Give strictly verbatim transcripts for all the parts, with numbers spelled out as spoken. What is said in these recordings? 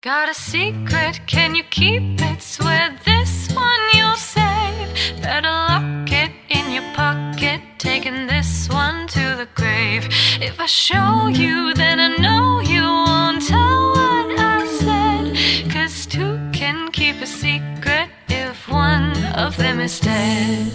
Got a secret, can you keep it? Swear this one you'll save. Better lock it in your pocket, taking this one to the grave. If I show you, then I know you won't tell what I said. Cause two can keep a secret if one of them is dead.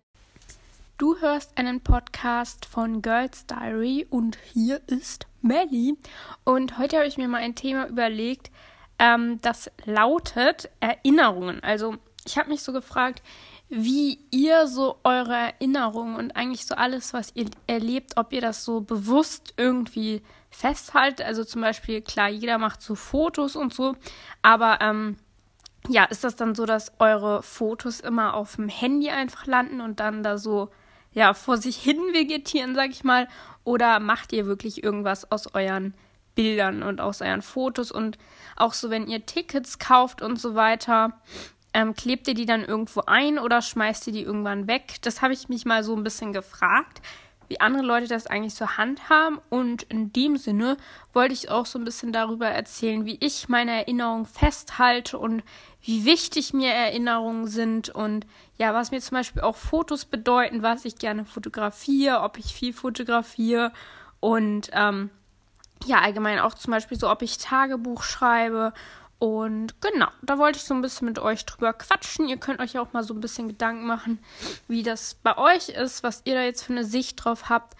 Du hörst einen Podcast von Girls Diary und hier ist Melly. Und heute habe ich mir mal ein Thema überlegt, ähm, das lautet Erinnerungen. Also ich habe mich so gefragt, wie ihr so eure Erinnerungen und eigentlich so alles, was ihr erlebt, ob ihr das so bewusst irgendwie festhaltet. Also zum Beispiel, klar, jeder macht so Fotos und so, aber ähm, ja, ist das dann so, dass eure Fotos immer auf dem Handy einfach landen und dann da so ja, vor sich hin vegetieren, sag ich mal, oder macht ihr wirklich irgendwas aus euren Bildern und aus euren Fotos und auch so, wenn ihr Tickets kauft und so weiter, ähm, klebt ihr die dann irgendwo ein oder schmeißt ihr die irgendwann weg? Das habe ich mich mal so ein bisschen gefragt, wie andere Leute das eigentlich so handhaben, und in dem Sinne wollte ich auch so ein bisschen darüber erzählen, wie ich meine Erinnerungen festhalte und wie wichtig mir Erinnerungen sind und ja, was mir zum Beispiel auch Fotos bedeuten, was ich gerne fotografiere, ob ich viel fotografiere und ähm, ja, allgemein auch zum Beispiel so, ob ich Tagebuch schreibe. Und genau, da wollte ich so ein bisschen mit euch drüber quatschen. Ihr könnt euch auch mal so ein bisschen Gedanken machen, wie das bei euch ist, was ihr da jetzt für eine Sicht drauf habt.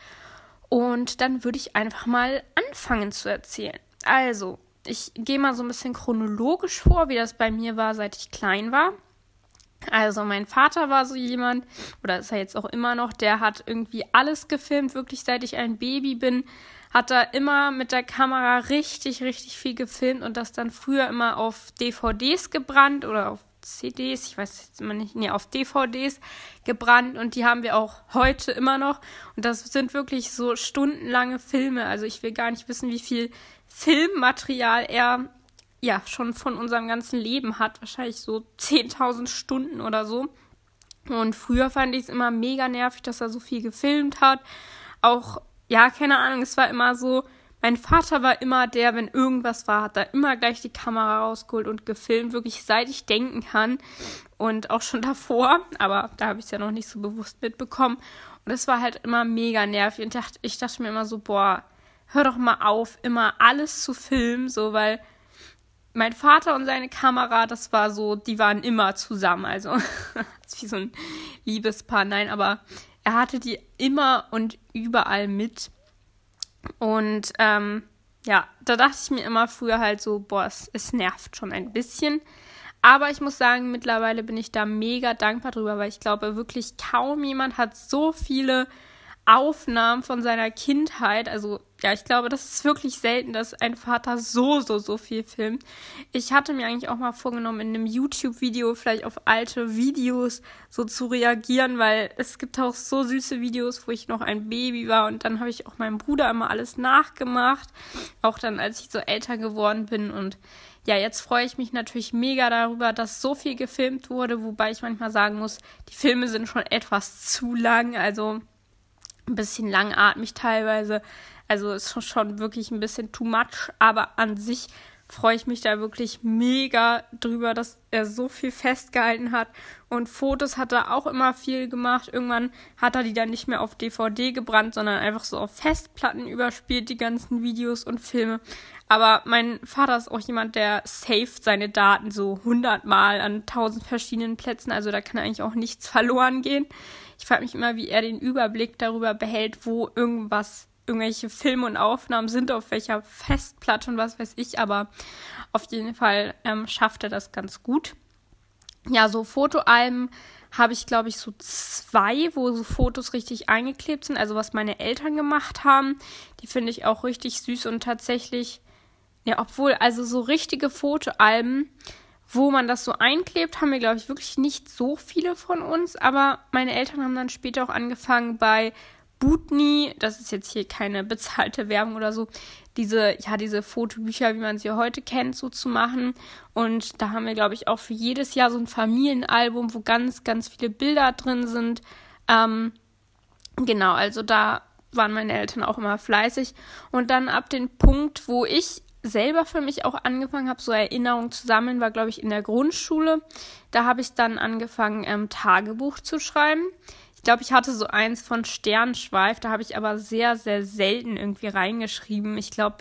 Und dann würde ich einfach mal anfangen zu erzählen. Also, ich gehe mal so ein bisschen chronologisch vor, wie das bei mir war, seit ich klein war. Also mein Vater war so jemand, oder ist er jetzt auch immer noch, der hat irgendwie alles gefilmt, wirklich seit ich ein Baby bin, hat er immer mit der Kamera richtig, richtig viel gefilmt und das dann früher immer auf D V Ds gebrannt oder auf C Ds, ich weiß jetzt immer nicht, nee, auf D V Ds gebrannt, und die haben wir auch heute immer noch, und das sind wirklich so stundenlange Filme, also ich will gar nicht wissen, wie viel Filmmaterial er ja schon von unserem ganzen Leben hat, wahrscheinlich so zehntausend Stunden oder so. Und früher fand ich es immer mega nervig, dass er so viel gefilmt hat, auch ja, keine Ahnung, es war immer so, mein Vater war immer der, wenn irgendwas war, hat er immer gleich die Kamera rausgeholt und gefilmt, wirklich seit ich denken kann und auch schon davor, aber da habe ich es ja noch nicht so bewusst mitbekommen, und es war halt immer mega nervig und dachte, ich dachte mir immer so, boah, hör doch mal auf, immer alles zu filmen, so, weil mein Vater und seine Kamera, das war so, die waren immer zusammen, also das ist wie so ein Liebespaar, nein, aber er hatte die immer und überall mit. Und ähm, ja, da dachte ich mir immer früher halt so, boah, es, es nervt schon ein bisschen. Aber ich muss sagen, mittlerweile bin ich da mega dankbar drüber, weil ich glaube, wirklich kaum jemand hat so viele Aufnahmen von seiner Kindheit. Also ja, ich glaube, das ist wirklich selten, dass ein Vater so, so, so viel filmt. Ich hatte mir eigentlich auch mal vorgenommen, in einem YouTube-Video vielleicht auf alte Videos so zu reagieren, weil es gibt auch so süße Videos, wo ich noch ein Baby war, und dann habe ich auch meinem Bruder immer alles nachgemacht, auch dann, als ich so älter geworden bin. Und ja, jetzt freue ich mich natürlich mega darüber, dass so viel gefilmt wurde, wobei ich manchmal sagen muss, die Filme sind schon etwas zu lang, also ein bisschen langatmig teilweise. Also ist schon wirklich ein bisschen too much, aber an sich freue ich mich da wirklich mega drüber, dass er so viel festgehalten hat. Und Fotos hat er auch immer viel gemacht. Irgendwann hat er die dann nicht mehr auf D V D gebrannt, sondern einfach so auf Festplatten überspielt, die ganzen Videos und Filme. Aber mein Vater ist auch jemand, der saved seine Daten so hundertmal an tausend verschiedenen Plätzen. Also da kann eigentlich auch nichts verloren gehen. Ich frage mich immer, wie er den Überblick darüber behält, wo irgendwas, irgendwelche Filme und Aufnahmen sind, auf welcher Festplatte und was weiß ich. Aber auf jeden Fall ähm, schafft er das ganz gut. Ja, so Fotoalben habe ich, glaube ich, so zwei, wo so Fotos richtig eingeklebt sind. Also was meine Eltern gemacht haben. Die finde ich auch richtig süß und tatsächlich, ja, obwohl, also so richtige Fotoalben, wo man das so einklebt, haben wir, glaube ich, wirklich nicht so viele von uns. Aber meine Eltern haben dann später auch angefangen bei Bootney, das ist jetzt hier keine bezahlte Werbung oder so, diese, ja, diese Fotobücher, wie man sie heute kennt, so zu machen. Und da haben wir, glaube ich, auch für jedes Jahr so ein Familienalbum, wo ganz, ganz viele Bilder drin sind. Ähm, genau, also da waren meine Eltern auch immer fleißig. Und dann ab dem Punkt, wo ich selber für mich auch angefangen habe, so Erinnerungen zu sammeln, war, glaube ich, in der Grundschule. Da habe ich dann angefangen, ähm, Tagebuch zu schreiben. Ich glaube, ich hatte so eins von Sternschweif, da habe ich aber sehr, sehr selten irgendwie reingeschrieben. Ich glaube,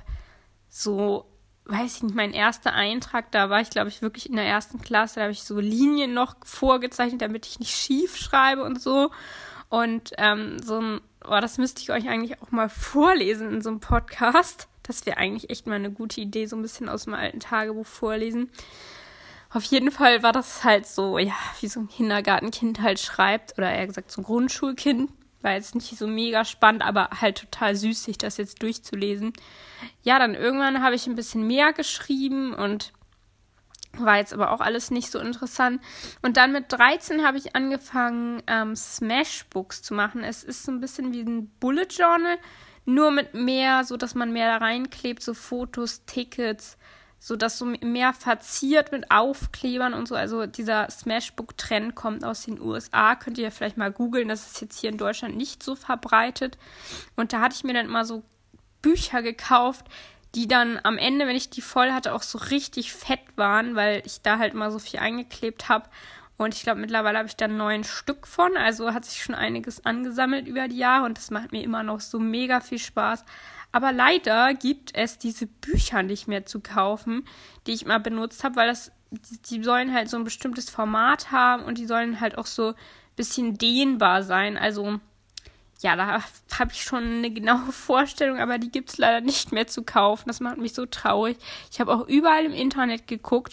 so, weiß ich nicht, mein erster Eintrag, da war ich, glaube ich, wirklich in der ersten Klasse, da habe ich so Linien noch vorgezeichnet, damit ich nicht schief schreibe und so. Und ähm, so ein, oh, das müsste ich euch eigentlich auch mal vorlesen in so einem Podcast. Das wäre eigentlich echt mal eine gute Idee, so ein bisschen aus dem alten Tagebuch vorlesen. Auf jeden Fall war das halt so, ja, wie so ein Kindergartenkind halt schreibt, oder eher gesagt so ein Grundschulkind. War jetzt nicht so mega spannend, aber halt total süß, sich das jetzt durchzulesen. Ja, dann irgendwann habe ich ein bisschen mehr geschrieben und war jetzt aber auch alles nicht so interessant. Und dann mit dreizehn habe ich angefangen, ähm, Smashbooks zu machen. Es ist so ein bisschen wie ein Bullet Journal, nur mit mehr, so dass man mehr da reinklebt, so Fotos, Tickets, so dass so mehr verziert mit Aufklebern und so. Also dieser Smashbook-Trend kommt aus den U S A. Könnt ihr vielleicht mal googeln, das ist jetzt hier in Deutschland nicht so verbreitet. Und da hatte ich mir dann immer so Bücher gekauft, die dann am Ende, wenn ich die voll hatte, auch so richtig fett waren, weil ich da halt mal so viel eingeklebt habe. Und ich glaube, mittlerweile habe ich da neun Stück von. Also hat sich schon einiges angesammelt über die Jahre und das macht mir immer noch so mega viel Spaß. Aber leider gibt es diese Bücher nicht mehr zu kaufen, die ich mal benutzt habe, weil das, die sollen halt so ein bestimmtes Format haben und die sollen halt auch so ein bisschen dehnbar sein. Also ja, da habe ich schon eine genaue Vorstellung, aber die gibt es leider nicht mehr zu kaufen. Das macht mich so traurig. Ich habe auch überall im Internet geguckt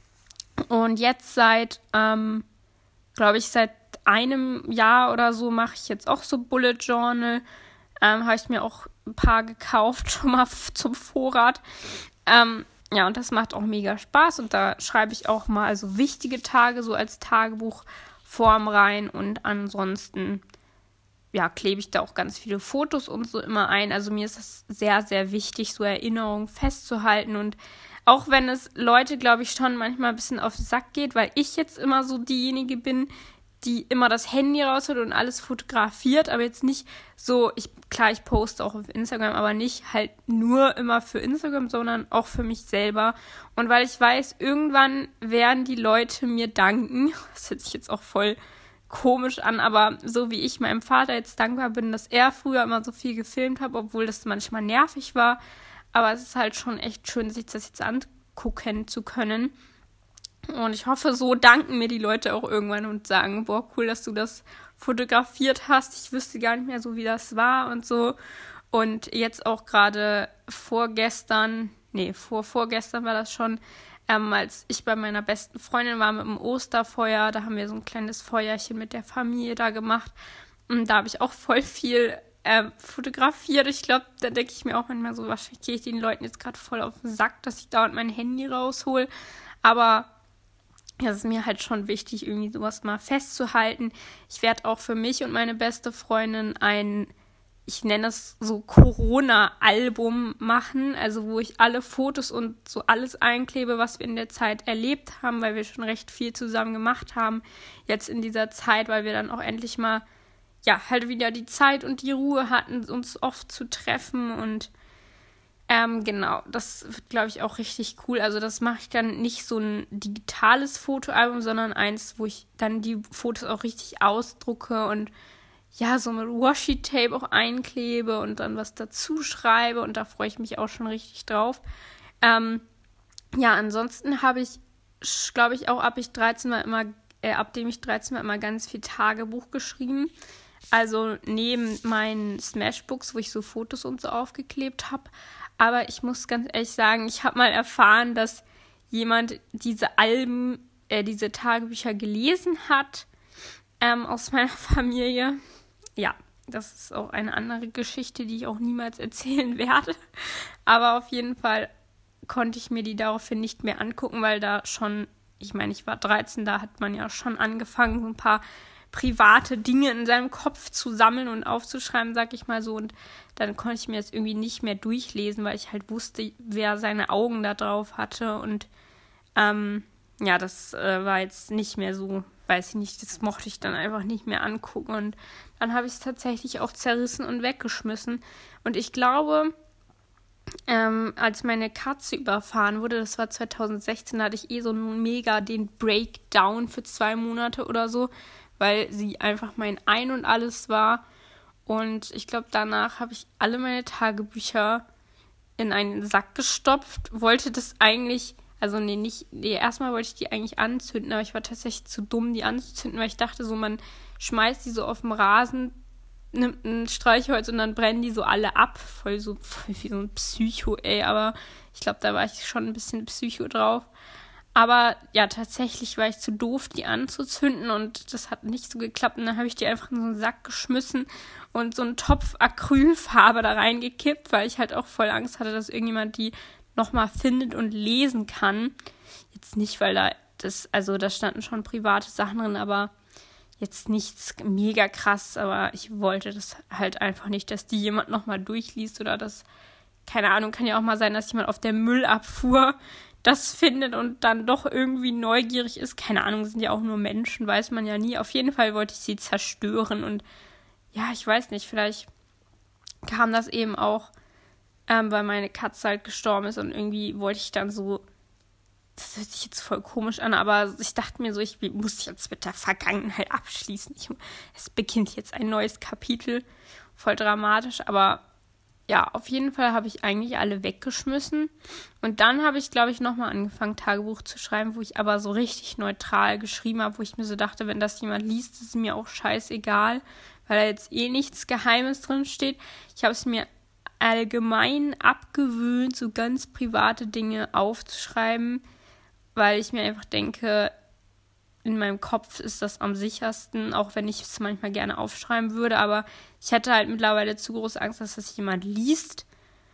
und jetzt seit, ähm, glaube ich, seit einem Jahr oder so mache ich jetzt auch so Bullet Journal. Ähm, habe ich mir auch ein paar gekauft, schon mal f- zum Vorrat. Ähm, ja, und das macht auch mega Spaß. Und da schreibe ich auch mal so wichtige Tage so als Tagebuchform rein. Und ansonsten, ja, klebe ich da auch ganz viele Fotos und so immer ein. Also mir ist das sehr, sehr wichtig, so Erinnerungen festzuhalten. Und auch wenn es Leute, glaube ich, schon manchmal ein bisschen auf den Sack geht, weil ich jetzt immer so diejenige bin, die immer das Handy rausholt und alles fotografiert, aber jetzt nicht so, ich klar, ich poste auch auf Instagram, aber nicht halt nur immer für Instagram, sondern auch für mich selber. Und weil ich weiß, irgendwann werden die Leute mir danken, das hört sich jetzt auch voll komisch an, aber so wie ich meinem Vater jetzt dankbar bin, dass er früher immer so viel gefilmt hat, obwohl das manchmal nervig war, aber es ist halt schon echt schön, sich das jetzt angucken zu können. Und ich hoffe, so danken mir die Leute auch irgendwann und sagen, boah, cool, dass du das fotografiert hast. Ich wüsste gar nicht mehr so, wie das war und so. Und jetzt auch gerade vorgestern, nee, vor vorgestern war das schon, ähm, als ich bei meiner besten Freundin war mit dem Osterfeuer. Da haben wir so ein kleines Feuerchen mit der Familie da gemacht. Und da habe ich auch voll viel äh, fotografiert. Ich glaube, da denke ich mir auch manchmal so, wahrscheinlich gehe ich den Leuten jetzt gerade voll auf den Sack, dass ich dauernd mein Handy raushol. Aber ja, es ist mir halt schon wichtig, irgendwie sowas mal festzuhalten. Ich werde auch für mich und meine beste Freundin ein, ich nenne es so Corona-Album machen, also wo ich alle Fotos und so alles einklebe, was wir in der Zeit erlebt haben, weil wir schon recht viel zusammen gemacht haben, jetzt in dieser Zeit, weil wir dann auch endlich mal, ja, halt wieder die Zeit und die Ruhe hatten, uns oft zu treffen und Ähm, genau, das wird, glaube ich, auch richtig cool. Also das mache ich dann nicht so ein digitales Fotoalbum, sondern eins, wo ich dann die Fotos auch richtig ausdrucke und ja, so mit Washi-Tape auch einklebe und dann was dazu schreibe und da freue ich mich auch schon richtig drauf. Ähm, ja, ansonsten habe ich, glaube ich, auch ab ich dreizehn war immer, äh, ab dem ich dreizehn war immer ganz viel Tagebuch geschrieben. Also neben meinen Smashbooks, wo ich so Fotos und so aufgeklebt habe. Aber ich muss ganz ehrlich sagen, ich habe mal erfahren, dass jemand diese Alben, äh, diese Tagebücher gelesen hat ähm, aus meiner Familie. Ja, das ist auch eine andere Geschichte, die ich auch niemals erzählen werde. Aber auf jeden Fall konnte ich mir die daraufhin nicht mehr angucken, weil da schon, ich meine, ich war dreizehn, da hat man ja schon angefangen, so ein paar private Dinge in seinem Kopf zu sammeln und aufzuschreiben, sag ich mal so. Und dann konnte ich mir das irgendwie nicht mehr durchlesen, weil ich halt wusste, wer seine Augen da drauf hatte. Und ähm, ja, das äh, war jetzt nicht mehr so, weiß ich nicht, das mochte ich dann einfach nicht mehr angucken. Und dann habe ich es tatsächlich auch zerrissen und weggeschmissen. Und ich glaube, ähm, als meine Katze überfahren wurde, das war zwanzig sechzehn, da hatte ich eh so mega den Breakdown für zwei Monate oder so, weil sie einfach mein Ein und Alles war. Und ich glaube, danach habe ich alle meine Tagebücher in einen Sack gestopft, wollte das eigentlich, also nee, nicht, nee, erstmal wollte ich die eigentlich anzünden, aber ich war tatsächlich zu dumm, die anzuzünden, weil ich dachte so, man schmeißt die so auf dem Rasen, nimmt ein Streichholz und dann brennen die so alle ab. Voll so, voll wie so ein Psycho, ey. Aber ich glaube, da war ich schon ein bisschen Psycho drauf. Aber ja, tatsächlich war ich zu doof, die anzuzünden und das hat nicht so geklappt. Und dann habe ich die einfach in so einen Sack geschmissen und so einen Topf Acrylfarbe da reingekippt, weil ich halt auch voll Angst hatte, dass irgendjemand die nochmal findet und lesen kann. Jetzt nicht, weil da das, also da standen schon private Sachen drin, aber jetzt nichts mega krass, aber ich wollte das halt einfach nicht, dass die jemand nochmal durchliest oder das, keine Ahnung, kann ja auch mal sein, dass jemand auf der Müllabfuhr das findet und dann doch irgendwie neugierig ist. Keine Ahnung, sind ja auch nur Menschen, weiß man ja nie. Auf jeden Fall wollte ich sie zerstören und ja, ich weiß nicht, vielleicht kam das eben auch, ähm, weil meine Katze halt gestorben ist und irgendwie wollte ich dann so, das hört sich jetzt voll komisch an, aber ich dachte mir so, ich muss jetzt mit der Vergangenheit abschließen. Ich, es beginnt jetzt ein neues Kapitel, voll dramatisch, aber ja, auf jeden Fall habe ich eigentlich alle weggeschmissen. Und dann habe ich, glaube ich, nochmal angefangen, Tagebuch zu schreiben, wo ich aber so richtig neutral geschrieben habe, wo ich mir so dachte, wenn das jemand liest, ist es mir auch scheißegal, weil da jetzt eh nichts Geheimes drin steht. Ich habe es mir allgemein abgewöhnt, so ganz private Dinge aufzuschreiben, weil ich mir einfach denke, in meinem Kopf ist das am sichersten, auch wenn ich es manchmal gerne aufschreiben würde, aber ich hätte halt mittlerweile zu große Angst, dass das jemand liest,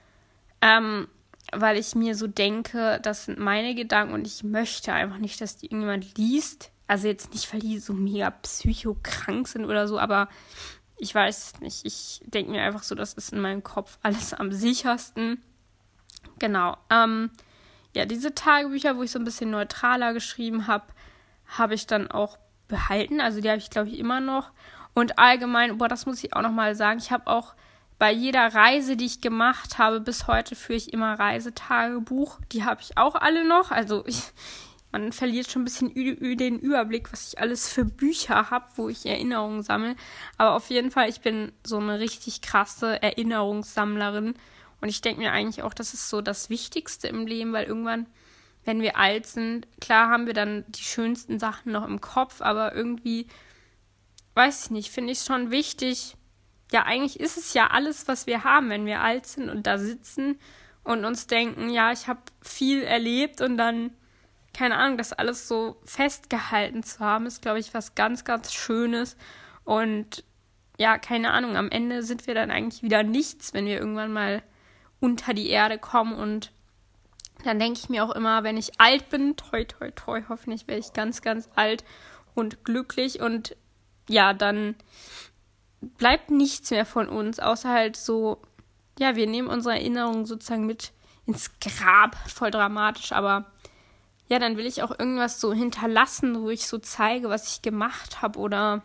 ähm, weil ich mir so denke, das sind meine Gedanken und ich möchte einfach nicht, dass die irgendjemand liest. Also jetzt nicht, weil die so mega psychokrank sind oder so, aber ich weiß nicht, ich denke mir einfach so, das ist in meinem Kopf alles am sichersten. Genau, ähm, ja, diese Tagebücher, wo ich so ein bisschen neutraler geschrieben habe, habe ich dann auch behalten. Also die habe ich, glaube ich, immer noch. Und allgemein, boah, das muss ich auch nochmal sagen, ich habe auch bei jeder Reise, die ich gemacht habe, bis heute führe ich immer Reisetagebuch. Die habe ich auch alle noch. Also ich, man verliert schon ein bisschen ü- den Überblick, was ich alles für Bücher habe, wo ich Erinnerungen sammle. Aber auf jeden Fall, ich bin so eine richtig krasse Erinnerungssammlerin. Und ich denke mir eigentlich auch, das ist so das Wichtigste im Leben, weil irgendwann, wenn wir alt sind, klar haben wir dann die schönsten Sachen noch im Kopf, aber irgendwie, weiß ich nicht, finde ich es schon wichtig. Ja, eigentlich ist es ja alles, was wir haben, wenn wir alt sind und da sitzen und uns denken, ja, ich habe viel erlebt und dann, keine Ahnung, das alles so festgehalten zu haben, ist, glaube ich, was ganz, ganz Schönes. Und ja, keine Ahnung, am Ende sind wir dann eigentlich wieder nichts, wenn wir irgendwann mal unter die Erde kommen. Und dann denke ich mir auch immer, wenn ich alt bin, toi, toi, toi, hoffentlich werde ich ganz, ganz alt und glücklich. Und ja, dann bleibt nichts mehr von uns, außer halt so, ja, wir nehmen unsere Erinnerungen sozusagen mit ins Grab, voll dramatisch, aber ja, dann will ich auch irgendwas so hinterlassen, wo ich so zeige, was ich gemacht habe oder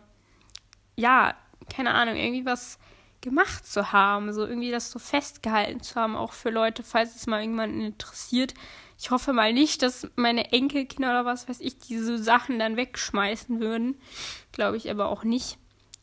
ja, keine Ahnung, irgendwie was gemacht zu haben, so irgendwie das so festgehalten zu haben, auch für Leute, falls es mal irgendjemanden interessiert. Ich hoffe mal nicht, dass meine Enkelkinder oder was weiß ich diese Sachen dann wegschmeißen würden. Glaube ich aber auch nicht.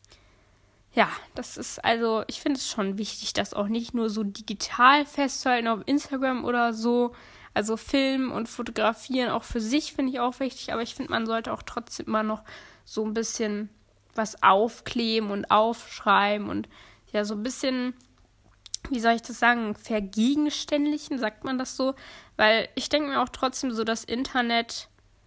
Ja, das ist also, ich finde es schon wichtig, das auch nicht nur so digital festzuhalten auf Instagram oder so. Also Filmen und Fotografieren auch für sich finde ich auch wichtig, aber ich finde, man sollte auch trotzdem immer noch so ein bisschen was aufkleben und aufschreiben und ja, so ein bisschen, wie soll ich das sagen, vergegenständlichen, sagt man das so? Weil ich denke mir auch trotzdem so, das Internet,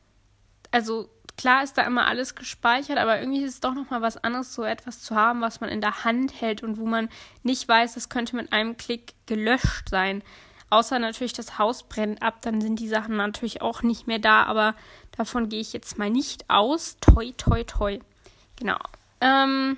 also klar ist da immer alles gespeichert, aber irgendwie ist es doch nochmal was anderes, so etwas zu haben, was man in der Hand hält und wo man nicht weiß, das könnte mit einem Klick gelöscht sein. Außer natürlich das Haus brennt ab, dann sind die Sachen natürlich auch nicht mehr da, aber davon gehe ich jetzt mal nicht aus. Toi, toi, toi. Genau. Ähm,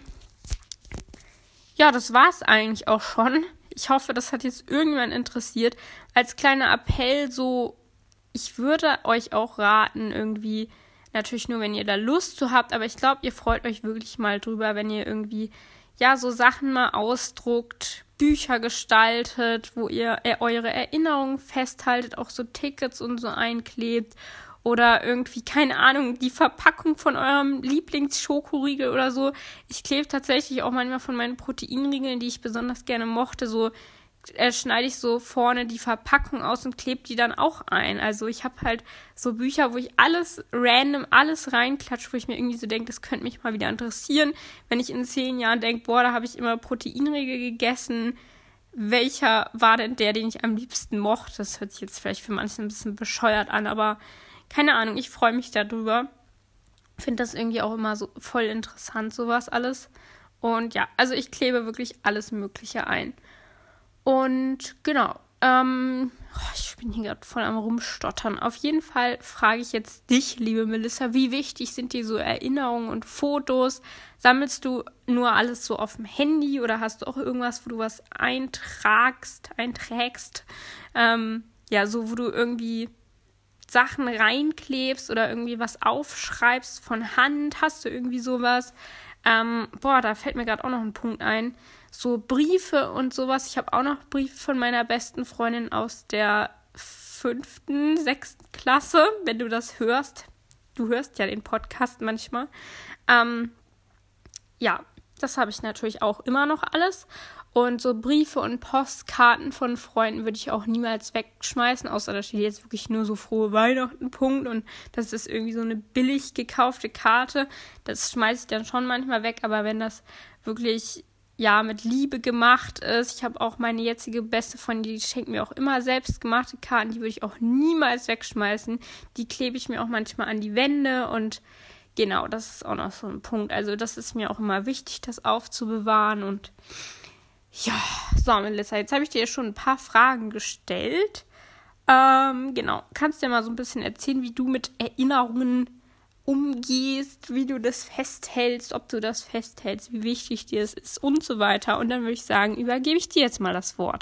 ja, das war's eigentlich auch schon. Ich hoffe, das hat jetzt irgendwann interessiert. Als kleiner Appell so, ich würde euch auch raten, irgendwie, natürlich nur, wenn ihr da Lust zu habt, aber ich glaube, ihr freut euch wirklich mal drüber, wenn ihr irgendwie, ja, so Sachen mal ausdruckt, Bücher gestaltet, wo ihr eure Erinnerungen festhaltet, auch so Tickets und so einklebt. Oder irgendwie, keine Ahnung, die Verpackung von eurem Lieblingsschokoriegel oder so. Ich klebe tatsächlich auch manchmal von meinen Proteinriegeln, die ich besonders gerne mochte, so äh, schneide ich so vorne die Verpackung aus und klebe die dann auch ein. Also ich habe halt so Bücher, wo ich alles random, alles reinklatsche, wo ich mir irgendwie so denke, das könnte mich mal wieder interessieren. Wenn ich in zehn Jahren denke, boah, da habe ich immer Proteinriegel gegessen. Welcher war denn der, den ich am liebsten mochte? Das hört sich jetzt vielleicht für manche ein bisschen bescheuert an, aber keine Ahnung, ich freue mich darüber. Finde das irgendwie auch immer so voll interessant, sowas alles. Und ja, also ich klebe wirklich alles Mögliche ein. Und genau, ähm, oh, ich bin hier gerade voll am Rumstottern. Auf jeden Fall frage ich jetzt dich, liebe Melissa, wie wichtig sind dir so Erinnerungen und Fotos? Sammelst du nur alles so auf dem Handy oder hast du auch irgendwas, wo du was eintragst, einträgst? Ähm, ja, so wo du irgendwie Sachen reinklebst oder irgendwie was aufschreibst von Hand? Hast du irgendwie sowas? Ähm, boah, da fällt mir gerade auch noch ein Punkt ein. So Briefe und sowas. Ich habe auch noch Briefe von meiner besten Freundin aus der fünften, sechsten Klasse, wenn du das hörst. Du hörst ja den Podcast manchmal. Ähm, ja, das habe ich natürlich auch immer noch alles. Und so Briefe und Postkarten von Freunden würde ich auch niemals wegschmeißen, außer da steht jetzt wirklich nur so frohe Weihnachten, Punkt. Und das ist irgendwie so eine billig gekaufte Karte. Das schmeiße ich dann schon manchmal weg, aber wenn das wirklich, ja, mit Liebe gemacht ist. Ich habe auch meine jetzige beste Freundin, die schenkt mir auch immer selbstgemachte Karten, die würde ich auch niemals wegschmeißen. Die klebe ich mir auch manchmal an die Wände und genau, das ist auch noch so ein Punkt. Also das ist mir auch immer wichtig, das aufzubewahren und ja, so Melissa, jetzt habe ich dir schon ein paar Fragen gestellt. Ähm, genau, kannst dir mal so ein bisschen erzählen, wie du mit Erinnerungen umgehst, wie du das festhältst, ob du das festhältst, wie wichtig dir das ist und so weiter. Und dann würde ich sagen, übergebe ich dir jetzt mal das Wort.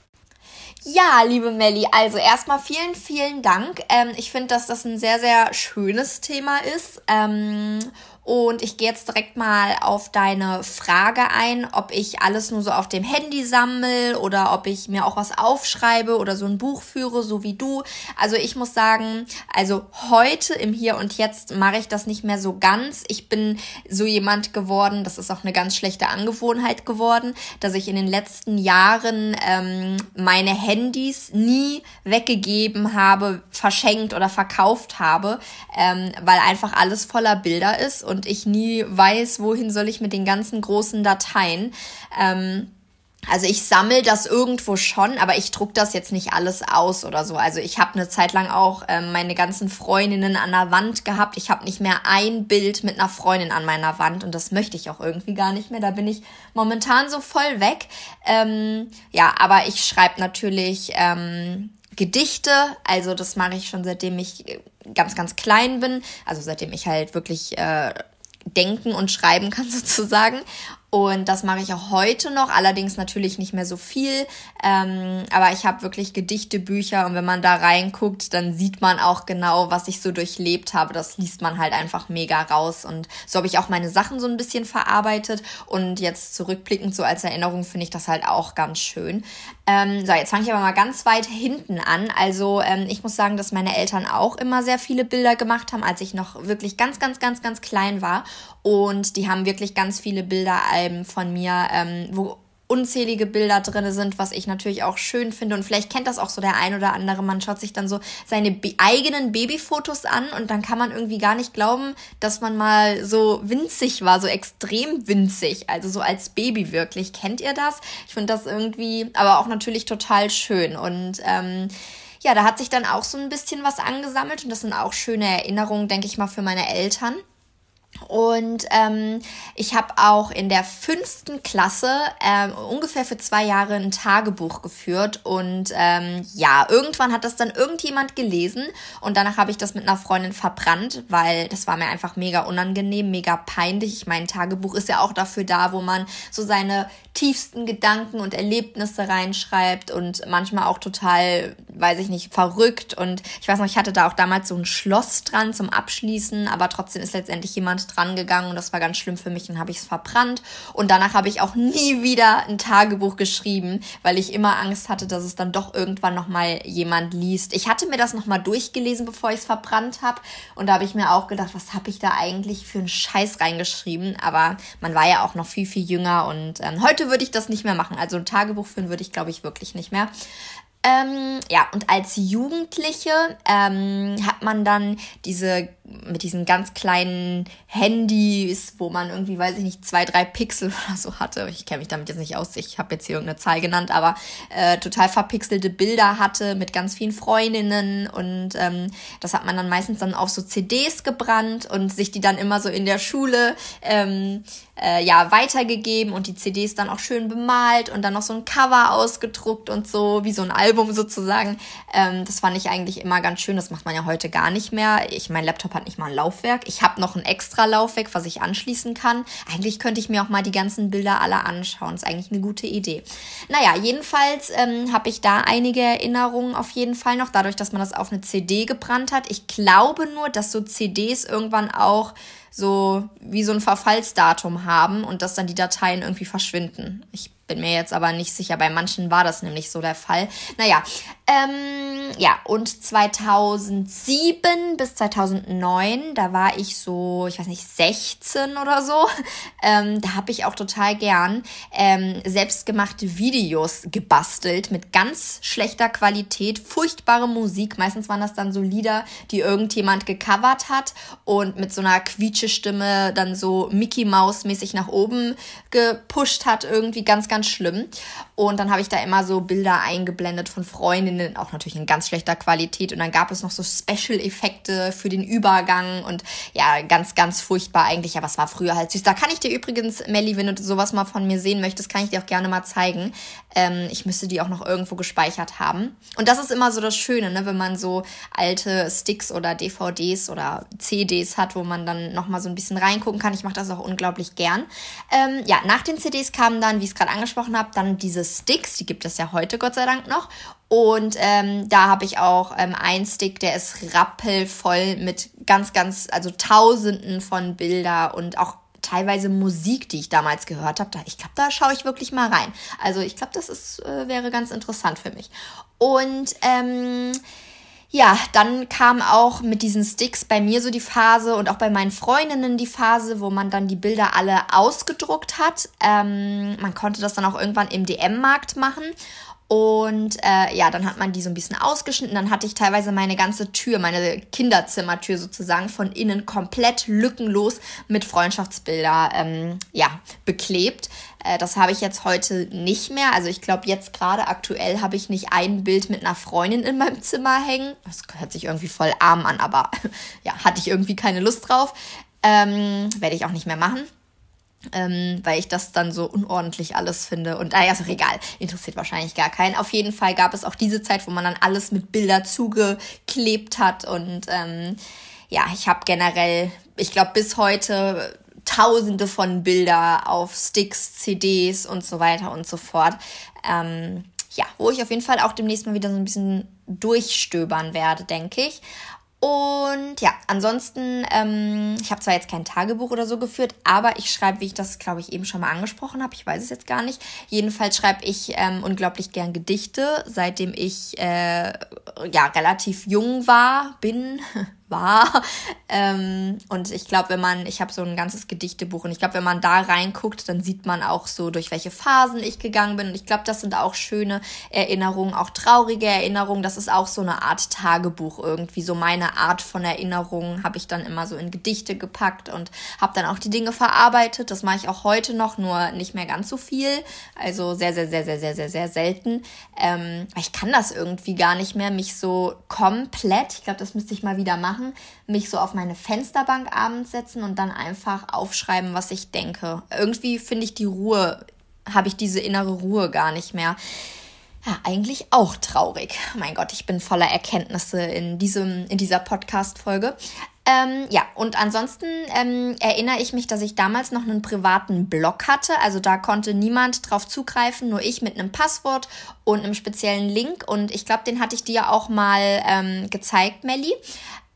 Ja, liebe Melli, also erstmal vielen, vielen Dank. Ähm, ich finde, dass das ein sehr, sehr schönes Thema ist. Ähm, und ich gehe jetzt direkt mal auf deine Frage ein, ob ich alles nur so auf dem Handy sammle oder ob ich mir auch was aufschreibe oder so ein Buch führe, so wie du. Also ich muss sagen, also heute im Hier und Jetzt mache ich das nicht mehr so ganz. Ich bin so jemand geworden, das ist auch eine ganz schlechte Angewohnheit geworden, dass ich in den letzten Jahren ähm, meine Handys nie weggegeben habe, verschenkt oder verkauft habe, ähm, weil einfach alles voller Bilder ist und ich nie weiß, wohin soll ich mit den ganzen großen Dateien. Ähm, also ich sammle das irgendwo schon, aber ich druck das jetzt nicht alles aus oder so. Also ich habe eine Zeit lang auch ähm, meine ganzen Freundinnen an der Wand gehabt. Ich habe nicht mehr ein Bild mit einer Freundin an meiner Wand und das möchte ich auch irgendwie gar nicht mehr. Da bin ich momentan so voll weg. Ähm, ja, aber ich schreibe natürlich ähm, Gedichte. Also das mache ich schon seitdem ich ganz, ganz klein bin. Also seitdem ich halt wirklich äh, denken und schreiben kann sozusagen. Und das mache ich auch heute noch, allerdings natürlich nicht mehr so viel. Ähm, aber ich habe wirklich Gedichtebücher und wenn man da reinguckt, dann sieht man auch genau, was ich so durchlebt habe. Das liest man halt einfach mega raus. Und so habe ich auch meine Sachen so ein bisschen verarbeitet. Und jetzt zurückblickend, so als Erinnerung, finde ich das halt auch ganz schön. Ähm, so, jetzt fange ich aber mal ganz weit hinten an. Also ähm, ich muss sagen, dass meine Eltern auch immer sehr viele Bilder gemacht haben, als ich noch wirklich ganz, ganz, ganz, ganz klein war. Und die haben wirklich ganz viele Bilderalben von mir, ähm, wo unzählige Bilder drin sind, was ich natürlich auch schön finde. Und vielleicht kennt das auch so der ein oder andere. Man schaut sich dann so seine be- eigenen Babyfotos an und dann kann man irgendwie gar nicht glauben, dass man mal so winzig war, so extrem winzig. Also so als Baby wirklich. Kennt ihr das? Ich finde das irgendwie, aber auch natürlich total schön. Und ähm, ja, da hat sich dann auch so ein bisschen was angesammelt und das sind auch schöne Erinnerungen, denke ich mal, für meine Eltern. Und ähm, ich habe auch in der fünften Klasse ähm, ungefähr für zwei Jahre ein Tagebuch geführt und ähm, ja, irgendwann hat das dann irgendjemand gelesen und danach habe ich das mit einer Freundin verbrannt, weil das war mir einfach mega unangenehm, mega peinlich. Ich meine, Tagebuch ist ja auch dafür da, wo man so seine tiefsten Gedanken und Erlebnisse reinschreibt und manchmal auch total, weiß ich nicht, verrückt und ich weiß noch, ich hatte da auch damals so ein Schloss dran zum Abschließen, aber trotzdem ist letztendlich jemand dran gegangen und das war ganz schlimm für mich, dann habe ich es verbrannt und danach habe ich auch nie wieder ein Tagebuch geschrieben, weil ich immer Angst hatte, dass es dann doch irgendwann nochmal jemand liest. Ich hatte mir das nochmal durchgelesen, bevor ich es verbrannt habe und da habe ich mir auch gedacht, was habe ich da eigentlich für einen Scheiß reingeschrieben, aber man war ja auch noch viel, viel jünger und ähm, heute würde ich das nicht mehr machen, also ein Tagebuch führen würde ich, glaube ich, wirklich nicht mehr. Ähm, ja, und als Jugendliche ähm, hat man dann diese, mit diesen ganz kleinen Handys, wo man irgendwie, weiß ich nicht, zwei, drei Pixel oder so hatte. Ich kenne mich damit jetzt nicht aus, ich habe jetzt hier irgendeine Zahl genannt, aber äh, total verpixelte Bilder hatte mit ganz vielen Freundinnen und ähm, das hat man dann meistens dann auf so C Ds gebrannt und sich die dann immer so in der Schule ähm, äh, ja weitergegeben und die C Ds dann auch schön bemalt und dann noch so ein Cover ausgedruckt und so, wie so ein Album sozusagen. Ähm, das fand ich eigentlich immer ganz schön. Das macht man ja heute gar nicht mehr. Ich, mein Laptop hat nicht mal ein Laufwerk. Ich habe noch ein extra Laufwerk, was ich anschließen kann. Eigentlich könnte ich mir auch mal die ganzen Bilder alle anschauen. Ist eigentlich eine gute Idee. Naja, jedenfalls ähm, habe ich da einige Erinnerungen auf jeden Fall noch, dadurch, dass man das auf eine C D gebrannt hat. Ich glaube nur, dass so C Ds irgendwann auch so wie so ein Verfallsdatum haben und dass dann die Dateien irgendwie verschwinden. Ich bin mir jetzt aber nicht sicher. Bei manchen war das nämlich so der Fall. Naja, ähm, ja, und zweitausendsieben bis zweitausendneun, da war ich so, ich weiß nicht, sechzehn oder so. Ähm, da habe ich auch total gern ähm, selbstgemachte Videos gebastelt mit ganz schlechter Qualität, furchtbare Musik. Meistens waren das dann so Lieder, die irgendjemand gecovert hat und mit so einer Quietschestimme dann so Mickey Mouse mäßig nach oben gepusht hat. Irgendwie ganz, ganz schlimm. Und dann habe ich da immer so Bilder eingeblendet von Freundinnen, auch natürlich in ganz schlechter Qualität. Und dann gab es noch so Special-Effekte für den Übergang und ja, ganz, ganz furchtbar eigentlich. Aber es war früher halt süß. Da kann ich dir übrigens, Melli, wenn du sowas mal von mir sehen möchtest, kann ich dir auch gerne mal zeigen. Ähm, ich müsste die auch noch irgendwo gespeichert haben. Und das ist immer so das Schöne, ne, wenn man so alte Sticks oder D V Ds oder C Ds hat, wo man dann nochmal so ein bisschen reingucken kann. Ich mache das auch unglaublich gern. Ähm, ja, nach den C Ds kamen dann, wie ich es gerade angesprochen habe, dann diese Sticks, die gibt es ja heute Gott sei Dank noch. Und ähm, da habe ich auch ähm, einen Stick, der ist rappelvoll mit ganz, ganz, also tausenden von Bilder und auch teilweise Musik, die ich damals gehört habe. Ich glaube, da schaue ich wirklich mal rein. Also ich glaube, das ist, äh, wäre ganz interessant für mich. Und ähm, ja, dann kam auch mit diesen Sticks bei mir so die Phase und auch bei meinen Freundinnen die Phase, wo man dann die Bilder alle ausgedruckt hat. Ähm, man konnte das dann auch irgendwann im D M-Markt machen. Und äh, ja, dann hat man die so ein bisschen ausgeschnitten. Dann hatte ich teilweise meine ganze Tür, meine Kinderzimmertür sozusagen von innen komplett lückenlos mit Freundschaftsbilder ähm, ja, beklebt. Äh, das habe ich jetzt heute nicht mehr. Also ich glaube, jetzt gerade aktuell habe ich nicht ein Bild mit einer Freundin in meinem Zimmer hängen. Das hört sich irgendwie voll arm an, aber ja, hatte ich irgendwie keine Lust drauf. Ähm, werde ich auch nicht mehr machen. Ähm, weil ich das dann so unordentlich alles finde. Und naja, ist auch egal. Interessiert wahrscheinlich gar keinen. Auf jeden Fall gab es auch diese Zeit, wo man dann alles mit Bilder zugeklebt hat. Und ähm, ja, ich habe generell, ich glaube bis heute tausende von Bilder auf Sticks, C Ds und so weiter und so fort. Ähm, ja, wo ich auf jeden Fall auch demnächst mal wieder so ein bisschen durchstöbern werde, denke ich. Und ja, ansonsten, ähm, ich habe zwar jetzt kein Tagebuch oder so geführt, aber ich schreibe, wie ich das, glaube ich, eben schon mal angesprochen habe, ich weiß es jetzt gar nicht. Jedenfalls schreibe ich ähm, unglaublich gern Gedichte, seitdem ich äh, ja relativ jung war, bin, war. Ähm, und ich glaube, wenn man, ich habe so ein ganzes Gedichtebuch und ich glaube, wenn man da reinguckt, dann sieht man auch so, durch welche Phasen ich gegangen bin. Und ich glaube, das sind auch schöne Erinnerungen, auch traurige Erinnerungen. Das ist auch so eine Art Tagebuch irgendwie. So meine Art von Erinnerungen habe ich dann immer so in Gedichte gepackt und habe dann auch die Dinge verarbeitet. Das mache ich auch heute noch, nur nicht mehr ganz so viel. Also sehr, sehr, sehr, sehr, sehr, sehr, sehr selten. Ähm, ich kann das irgendwie gar nicht mehr, mich so komplett, ich glaube, das müsste ich mal wieder machen, mich so auf meine Fensterbank abends setzen und dann einfach aufschreiben, was ich denke. Irgendwie finde ich die Ruhe, habe ich diese innere Ruhe gar nicht mehr. Ja, eigentlich auch traurig. Mein Gott, ich bin voller Erkenntnisse in diesem, in dieser Podcast-Folge. Ähm, ja, und ansonsten ähm, erinnere ich mich, dass ich damals noch einen privaten Blog hatte. Also da konnte niemand drauf zugreifen, nur ich mit einem Passwort und einem speziellen Link. Und ich glaube, den hatte ich dir auch mal ähm, gezeigt, Melli.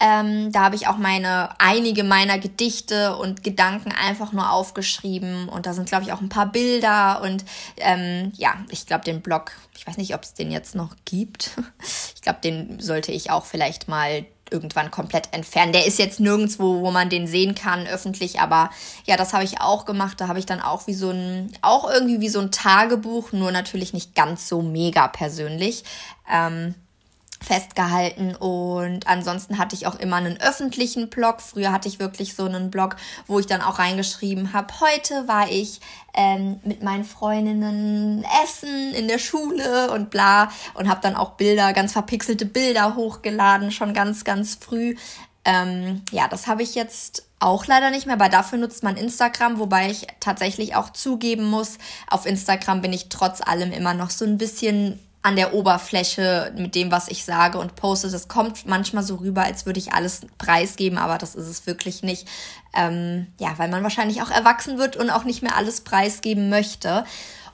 Ähm, da habe ich auch meine einige meiner Gedichte und Gedanken einfach nur aufgeschrieben. Und da sind, glaube ich, auch ein paar Bilder. Und ähm, ja, ich glaube, den Blog, ich weiß nicht, ob es den jetzt noch gibt. Ich glaube, den sollte ich auch vielleicht mal irgendwann komplett entfernen. Der ist jetzt nirgendwo, wo man den sehen kann, öffentlich, aber ja, das habe ich auch gemacht. Da habe ich dann auch wie so ein, auch irgendwie wie so ein Tagebuch, nur natürlich nicht ganz so mega persönlich, ähm, festgehalten. Und ansonsten hatte ich auch immer einen öffentlichen Blog. Früher hatte ich wirklich so einen Blog, wo ich dann auch reingeschrieben habe, heute war ich ähm, mit meinen Freundinnen essen in der Schule und bla, und habe dann auch Bilder, ganz verpixelte Bilder hochgeladen, schon ganz, ganz früh. Ähm, ja, das habe ich jetzt auch leider nicht mehr, aber dafür nutzt man Instagram, wobei ich tatsächlich auch zugeben muss, auf Instagram bin ich trotz allem immer noch so ein bisschen an der Oberfläche mit dem, was ich sage und poste. Das kommt manchmal so rüber, als würde ich alles preisgeben, aber das ist es wirklich nicht. Ähm, ja, weil man wahrscheinlich auch erwachsen wird und auch nicht mehr alles preisgeben möchte.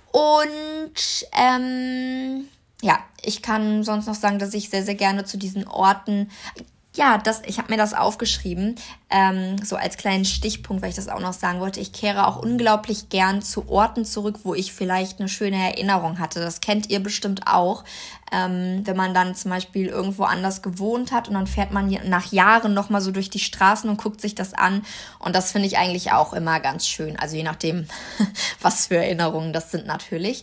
Und ähm, ja, ich kann sonst noch sagen, dass ich sehr, sehr gerne zu diesen Orten... Ja, das, ich habe mir das aufgeschrieben, ähm, so als kleinen Stichpunkt, weil ich das auch noch sagen wollte. Ich kehre auch unglaublich gern zu Orten zurück, wo ich vielleicht eine schöne Erinnerung hatte. Das kennt ihr bestimmt auch, ähm, wenn man dann zum Beispiel irgendwo anders gewohnt hat und dann fährt man nach Jahren nochmal so durch die Straßen und guckt sich das an. Und das finde ich eigentlich auch immer ganz schön. Also je nachdem, was für Erinnerungen das sind natürlich.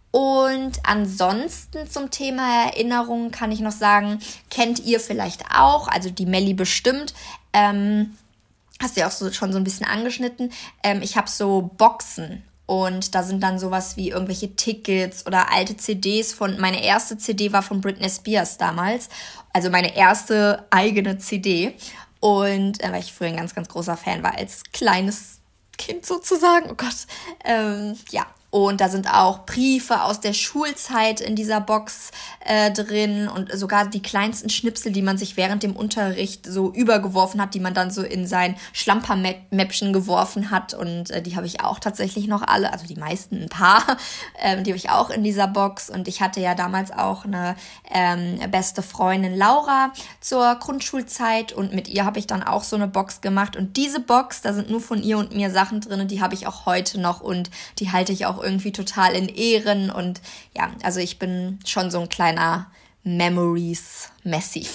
Und ansonsten zum Thema Erinnerungen kann ich noch sagen, kennt ihr vielleicht auch, also die Melli bestimmt, ähm, hast du ja auch so, schon so ein bisschen angeschnitten, ähm, ich habe so Boxen und da sind dann sowas wie irgendwelche Tickets oder alte C Ds von, meine erste C D war von Britney Spears damals, also meine erste eigene C D und äh, weil ich früher ein ganz, ganz großer Fan war als kleines Kind sozusagen, oh Gott, ähm, ja. Und da sind auch Briefe aus der Schulzeit in dieser Box äh, drin und sogar die kleinsten Schnipsel, die man sich während dem Unterricht so übergeworfen hat, die man dann so in sein Schlampermäppchen geworfen hat. Und äh, die habe ich auch tatsächlich noch alle, also die meisten, ein paar, ähm, die habe ich auch in dieser Box. Und ich hatte ja damals auch eine ähm, beste Freundin, Laura, zur Grundschulzeit. Und mit ihr habe ich dann auch so eine Box gemacht. Und diese Box, da sind nur von ihr und mir Sachen drin, die habe ich auch heute noch und die halte ich auch irgendwie total in Ehren und ja, also ich bin schon so ein kleiner Memories-Messi.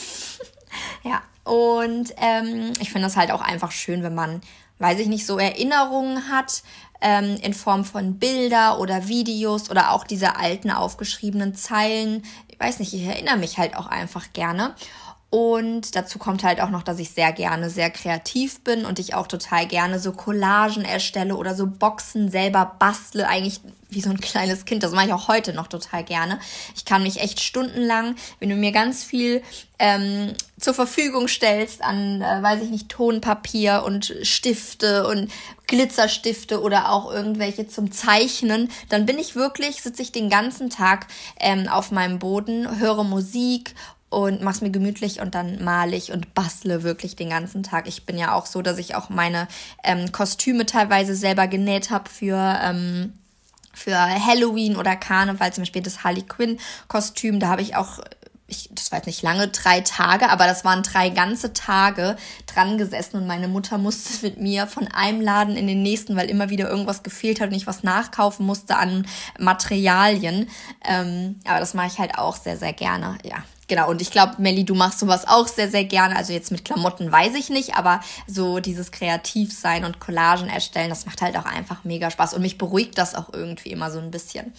Ja, und ähm, ich finde das halt auch einfach schön, wenn man, weiß ich nicht, so Erinnerungen hat ähm, in Form von Bilder oder Videos oder auch diese alten aufgeschriebenen Zeilen. Ich weiß nicht, ich erinnere mich halt auch einfach gerne. Und dazu kommt halt auch noch, dass ich sehr gerne sehr kreativ bin und ich auch total gerne so Collagen erstelle oder so Boxen selber bastle, eigentlich wie so ein kleines Kind. Das mache ich auch heute noch total gerne. Ich kann mich echt stundenlang, wenn du mir ganz viel ähm, zur Verfügung stellst an, äh, weiß ich nicht, Tonpapier und Stifte und Glitzerstifte oder auch irgendwelche zum Zeichnen, dann bin ich wirklich, sitze ich den ganzen Tag ähm, auf meinem Boden, höre Musik und mach's mir gemütlich und dann male ich und bastle wirklich den ganzen Tag. Ich bin ja auch so, dass ich auch meine ähm, Kostüme teilweise selber genäht habe für ähm, für Halloween oder Karneval, zum Beispiel das Harley Quinn Kostüm. Da habe ich auch, ich, das war jetzt nicht lange, drei Tage, aber das waren drei ganze Tage dran gesessen und meine Mutter musste mit mir von einem Laden in den nächsten, weil immer wieder irgendwas gefehlt hat und ich was nachkaufen musste an Materialien. Ähm, aber das mache ich halt auch sehr, sehr gerne, ja. Genau, und ich glaube, Melli, du machst sowas auch sehr, sehr gerne. Also jetzt mit Klamotten weiß ich nicht, aber so dieses Kreativsein und Collagen erstellen, das macht halt auch einfach mega Spaß. Und mich beruhigt das auch irgendwie immer so ein bisschen.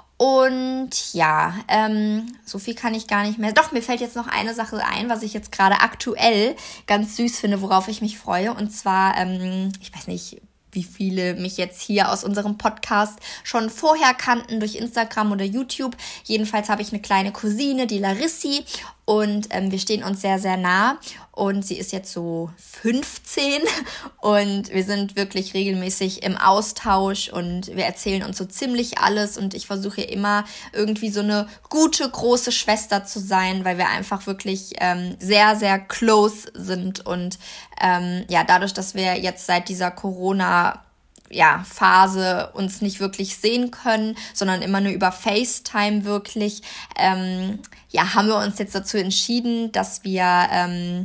Und ja, ähm, so viel kann ich gar nicht mehr. Doch, mir fällt jetzt noch eine Sache ein, was ich jetzt gerade aktuell ganz süß finde, worauf ich mich freue. Und zwar, ähm, ich weiß nicht, wie viele mich jetzt hier aus unserem Podcast schon vorher kannten durch Instagram oder YouTube. Jedenfalls habe ich eine kleine Cousine, die Larissi, und ähm, wir stehen uns sehr, sehr nah und sie ist jetzt so fünfzehn und wir sind wirklich regelmäßig im Austausch und wir erzählen uns so ziemlich alles und ich versuche immer irgendwie so eine gute, große Schwester zu sein, weil wir einfach wirklich ähm, sehr, sehr close sind und ähm, ja, dadurch, dass wir jetzt seit dieser Corona ja, Phase uns nicht wirklich sehen können, sondern immer nur über FaceTime wirklich, ähm, ja, haben wir uns jetzt dazu entschieden, dass wir ähm,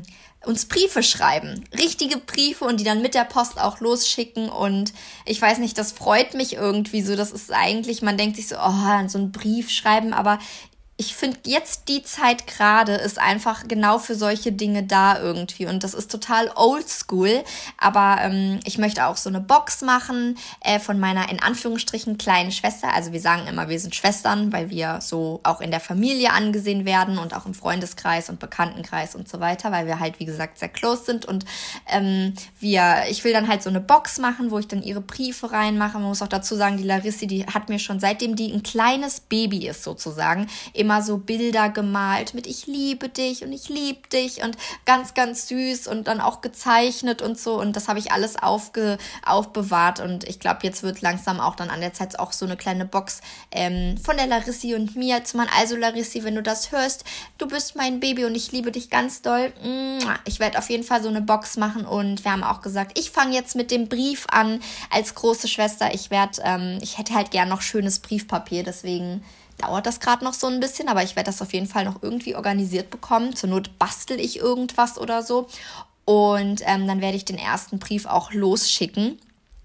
uns Briefe schreiben. Richtige Briefe und die dann mit der Post auch losschicken. Und ich weiß nicht, das freut mich irgendwie so. Das ist eigentlich, man denkt sich so, oh, so einen Brief schreiben, aber ich finde jetzt die Zeit gerade ist einfach genau für solche Dinge da irgendwie und das ist total oldschool, aber ähm, ich möchte auch so eine Box machen äh, von meiner in Anführungsstrichen kleinen Schwester, also wir sagen immer, wir sind Schwestern, weil wir so auch in der Familie angesehen werden und auch im Freundeskreis und Bekanntenkreis und so weiter, weil wir halt wie gesagt sehr close sind und ähm, wir, ich will dann halt so eine Box machen, wo ich dann ihre Briefe reinmache. Man muss auch dazu sagen, die Larissi, die hat mir schon seitdem die ein kleines Baby ist sozusagen, immer so Bilder gemalt mit ich liebe dich und ich liebe dich und ganz, ganz süß und dann auch gezeichnet und so und das habe ich alles aufge, aufbewahrt und ich glaube, jetzt wird langsam auch dann an der Zeit auch so eine kleine Box ähm, von der Larissi und mir jetzt mal, also Larissi, wenn du das hörst, du bist mein Baby und ich liebe dich ganz doll. Ich werde auf jeden Fall so eine Box machen und wir haben auch gesagt, ich fange jetzt mit dem Brief an als große Schwester. Ich werde, ähm, ich hätte halt gern noch schönes Briefpapier, deswegen dauert das gerade noch so ein bisschen, aber ich werde das auf jeden Fall noch irgendwie organisiert bekommen. Zur Not bastel ich irgendwas oder so. Und ähm, dann werde ich den ersten Brief auch losschicken.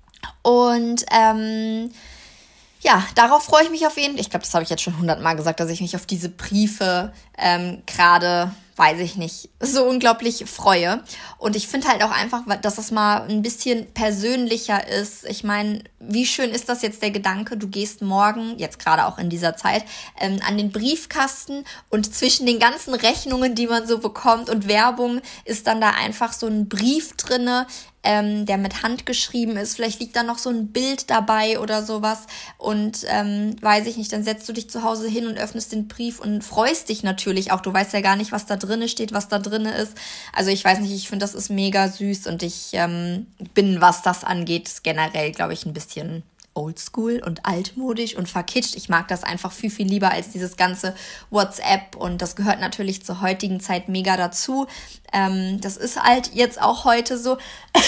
Und ähm, ja, darauf freue ich mich auf jeden Fall. Ich glaube, das habe ich jetzt schon hundertmal gesagt, dass ich mich auf diese Briefe ähm, gerade, weiß ich nicht, so unglaublich freue. Und ich finde halt auch einfach, dass das mal ein bisschen persönlicher ist. Ich meine, wie schön ist das jetzt der Gedanke, du gehst morgen, jetzt gerade auch in dieser Zeit, ähm, an den Briefkasten und zwischen den ganzen Rechnungen, die man so bekommt und Werbung, ist dann da einfach so ein Brief drinne, ähm, der mit Hand geschrieben ist. Vielleicht liegt da noch so ein Bild dabei oder sowas und ähm, weiß ich nicht, dann setzt du dich zu Hause hin und öffnest den Brief und freust dich natürlich auch. Du weißt ja gar nicht, was da drinne steht, was da drinne ist. Also ich weiß nicht, ich finde, das ist mega süß und ich ähm, bin, was das angeht, generell, glaube ich, ein bisschen oldschool und altmodisch und verkitscht. Ich mag das einfach viel, viel lieber als dieses ganze WhatsApp und das gehört natürlich zur heutigen Zeit mega dazu. Ähm, das ist halt jetzt auch heute so.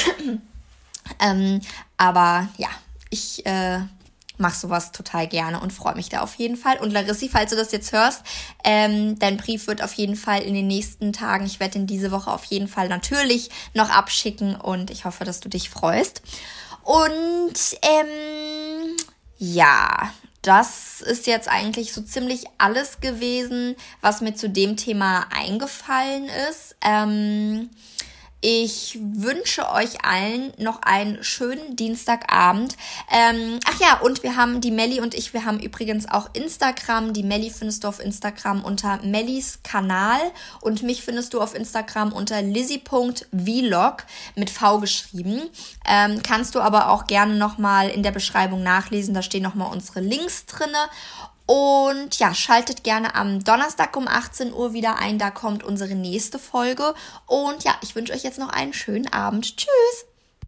ähm, aber ja, ich äh, mache sowas total gerne und freue mich da auf jeden Fall. Und Larissi, falls du das jetzt hörst, ähm, dein Brief wird auf jeden Fall in den nächsten Tagen, ich werde ihn diese Woche auf jeden Fall natürlich noch abschicken und ich hoffe, dass du dich freust. Und ähm, ja, das ist jetzt eigentlich so ziemlich alles gewesen, was mir zu dem Thema eingefallen ist. Ähm, ich wünsche euch allen noch einen schönen Dienstagabend. Ähm, ach ja, und wir haben, die Melli und ich, wir haben übrigens auch Instagram. Die Melli findest du auf Instagram unter Mellis Kanal und mich findest du auf Instagram unter lizzy punkt vlog mit V geschrieben. Ähm, kannst du aber auch gerne nochmal in der Beschreibung nachlesen, da stehen nochmal unsere Links drinne. Und ja, schaltet gerne am Donnerstag um achtzehn Uhr wieder ein, da kommt unsere nächste Folge. Und ja, ich wünsche euch jetzt noch einen schönen Abend. Tschüss!